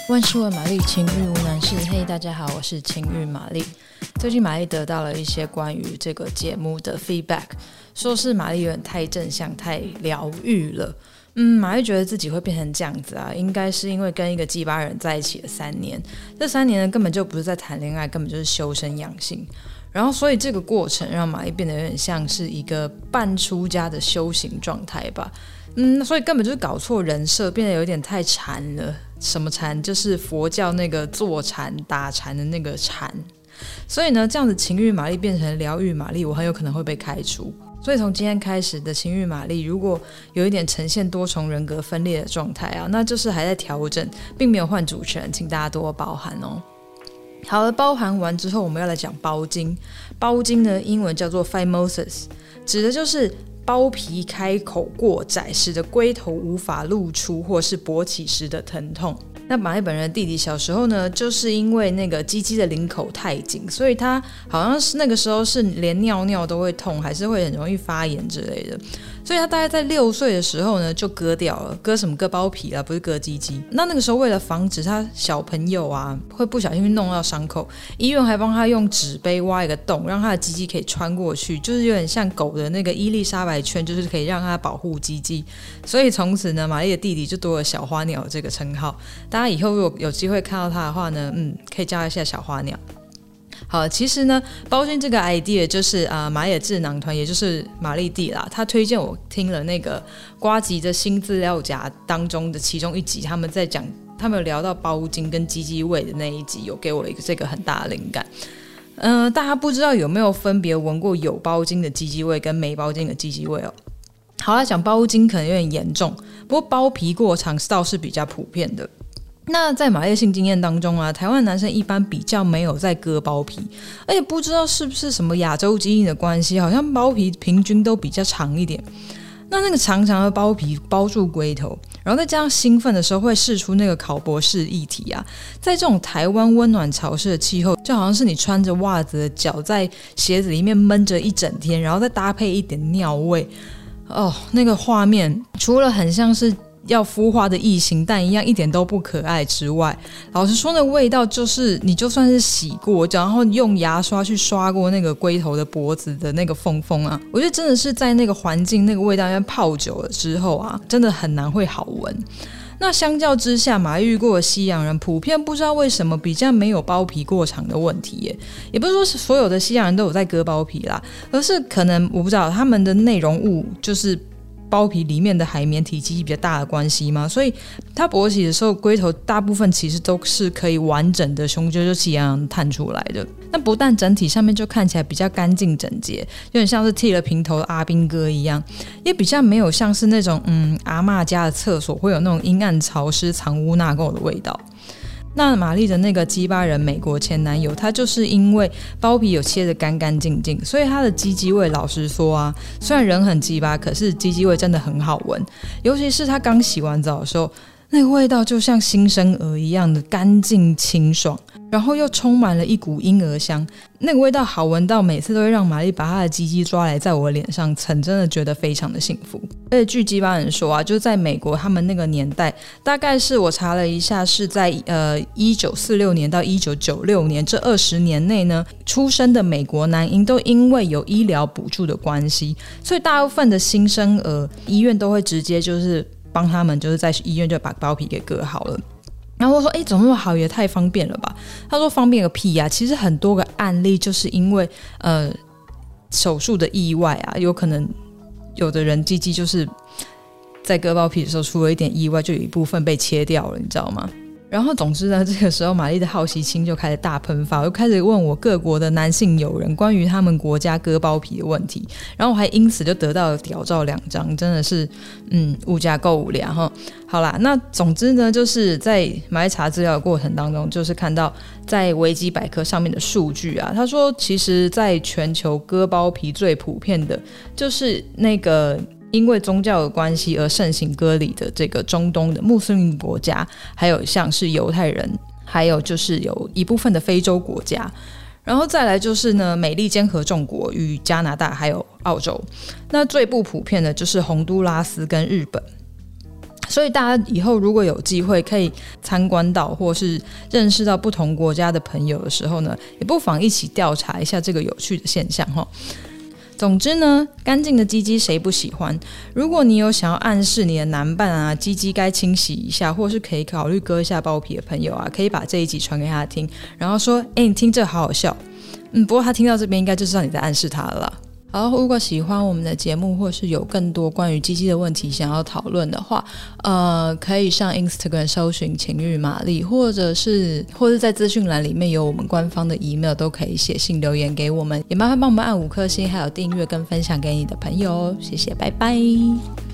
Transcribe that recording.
万事问玛丽，情欲无难事。嘿，大家好，我是情欲玛丽。最近玛丽得到了一些关于这个节目的 feedback， 说是玛丽有点太正向、太疗愈了。玛丽觉得自己会变成这样子啊，应该是因为跟一个鸡巴人在一起了3年，这3年呢根本就不是在谈恋爱，根本就是修身养性。然后所以这个过程让玛丽变得有点像是一个半出家的修行状态吧。所以根本就是搞错人设，变得有点太禅了。什么禅？就是佛教那个坐禅打禅的那个禅。所以呢，这样子情欲玛丽变成疗愈玛丽，我很有可能会被开除。所以从今天开始的情欲玛丽，如果有一点呈现多重人格分裂的状态啊，那就是还在调整，并没有换主持人，请大家多包涵哦。好了，包含完之后，我们要来讲包茎。包茎呢，英文叫做 phimosis， 指的就是包皮开口过窄，使得龟头无法露出，或是勃起时的疼痛。那玛丽本人的弟弟小时候呢，就是因为那个鸡鸡的领口太紧，所以他好像是那个时候是连尿尿都会痛，还是会很容易发炎之类的。所以他大概在6岁的时候呢，就割掉了。割什么？割包皮啦，不是割鸡鸡。那个时候为了防止他小朋友啊会不小心去弄到伤口，医院还帮他用纸杯挖一个洞，让他的鸡鸡可以穿过去，就是有点像狗的那个伊丽莎白圈，就是可以让他保护鸡鸡。所以从此呢，玛丽的弟弟就多了小花鸟这个称号。大家以后如果有机会看到他的话呢，可以叫他一下小花鸟。好，其实呢，包茎这个 idea 就是玛丽的智囊团，也就是玛丽弟啦，他推荐我听了那个呱吉的新资料夹当中的其中一集，他们有聊到包茎跟鸡鸡味的那一集，有给我了一个这个很大的灵感。大家不知道有没有分别闻过有包茎的鸡鸡味跟没包茎的鸡鸡味哦？好啦，讲包茎可能有点严重，不过包皮过长倒是比较普遍的。那在玛丽的性经验当中啊，台湾男生一般比较没有在割包皮，而且不知道是不是什么亚洲基因的关系，好像包皮平均都比较长一点。那个长长的包皮包住龟头，然后再加上兴奋的时候会释出那个考博士液体啊，在这种台湾温暖潮湿的气候，就好像是你穿着袜子的脚在鞋子里面闷着一整天，然后再搭配一点尿味，那个画面除了很像是要孵化的异形蛋一样一点都不可爱之外，老实说那个味道就是你就算是洗过，然后用牙刷去刷过那个龟头的脖子的那个缝缝啊，我觉得真的是在那个环境那个味道泡久了之后啊，真的很难会好闻。那相较之下，玛丽遇过的西洋人普遍不知道为什么比较没有包皮过长的问题耶，也不是说所有的西洋人都有在割包皮啦，而是可能我不知道他们的内容物就是包皮里面的海绵体积比较大的关系嘛，所以它勃起的时候龟头大部分其实都是可以完整的雄赳赳气昂昂探出来的。那不但整体上面就看起来比较干净整洁，有点像是剃了平头的阿兵哥一样，也比较没有像是那种阿嬷家的厕所会有那种阴暗潮湿藏污纳垢的味道。那玛丽的那个鸡巴人美国前男友，他就是因为包皮有切得干干净净，所以他的鸡鸡味老实说啊，虽然人很鸡巴，可是鸡鸡味真的很好闻，尤其是他刚洗完澡的时候，那个味道就像新生儿一样的干净清爽，然后又充满了一股婴儿香，那个味道好闻到每次都会让玛丽把她的鸡鸡抓来在我的脸上蹭，真的觉得非常的幸福。而且据鸡巴人说啊，就在美国他们那个年代，大概是我查了一下，是在1946年到1996年这20年内呢，出生的美国男婴都因为有医疗补助的关系，所以大部分的新生儿医院都会直接就是帮他们就是在医院就把包皮给割好了。然后我说怎么那么好，也太方便了吧。他说方便个屁啊，其实很多个案例就是因为手术的意外啊，有可能有的人鸡鸡就是在割包皮的时候出了一点意外，就有一部分被切掉了，你知道吗？然后总之呢，这个时候玛丽的好奇心就开始大喷发，我就开始问我各国的男性友人关于他们国家割包皮的问题，然后我还因此就得到了屌照2张，真的是物价够无聊哈。好啦，那总之呢，就是在玛丽查资料的过程当中，就是看到在维基百科上面的数据啊，他说其实在全球割包皮最普遍的就是那个因为宗教的关系而盛行割礼的这个中东的穆斯林国家，还有像是犹太人，还有就是有一部分的非洲国家，然后再来就是呢美利坚合众国与加拿大还有澳洲。那最不普遍的就是洪都拉斯跟日本。 所以大家以后如果有机会可以参观到或是认识到不同国家的朋友的时候呢，也不妨一起调查一下这个有趣的现象齁。总之呢，干净的鸡鸡谁不喜欢？如果你有想要暗示你的男伴啊，鸡鸡该清洗一下，或是可以考虑割一下包皮的朋友啊，可以把这一集传给他听，然后说你听这好好笑。不过他听到这边应该就知道你在暗示他了啦。好，如果喜欢我们的节目，或是有更多关于鸡鸡的问题想要讨论的话，可以上 Instagram 搜寻情欲玛丽，或者是在资讯栏里面有我们官方的 email， 都可以写信留言给我们，也麻烦帮我们按5颗星，还有订阅跟分享给你的朋友哦，谢谢，拜拜。